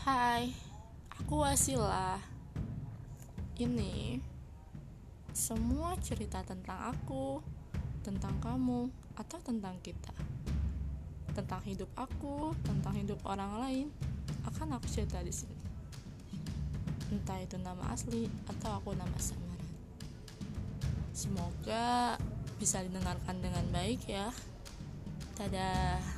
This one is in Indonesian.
Hai, aku Wasila. Ini semua cerita tentang aku, tentang kamu, atau tentang kita. Tentang hidup aku, tentang hidup orang lain, akan aku cerita di sini. Entah itu nama asli atau aku nama samaran. Semoga bisa didengarkan dengan baik ya. Dadah.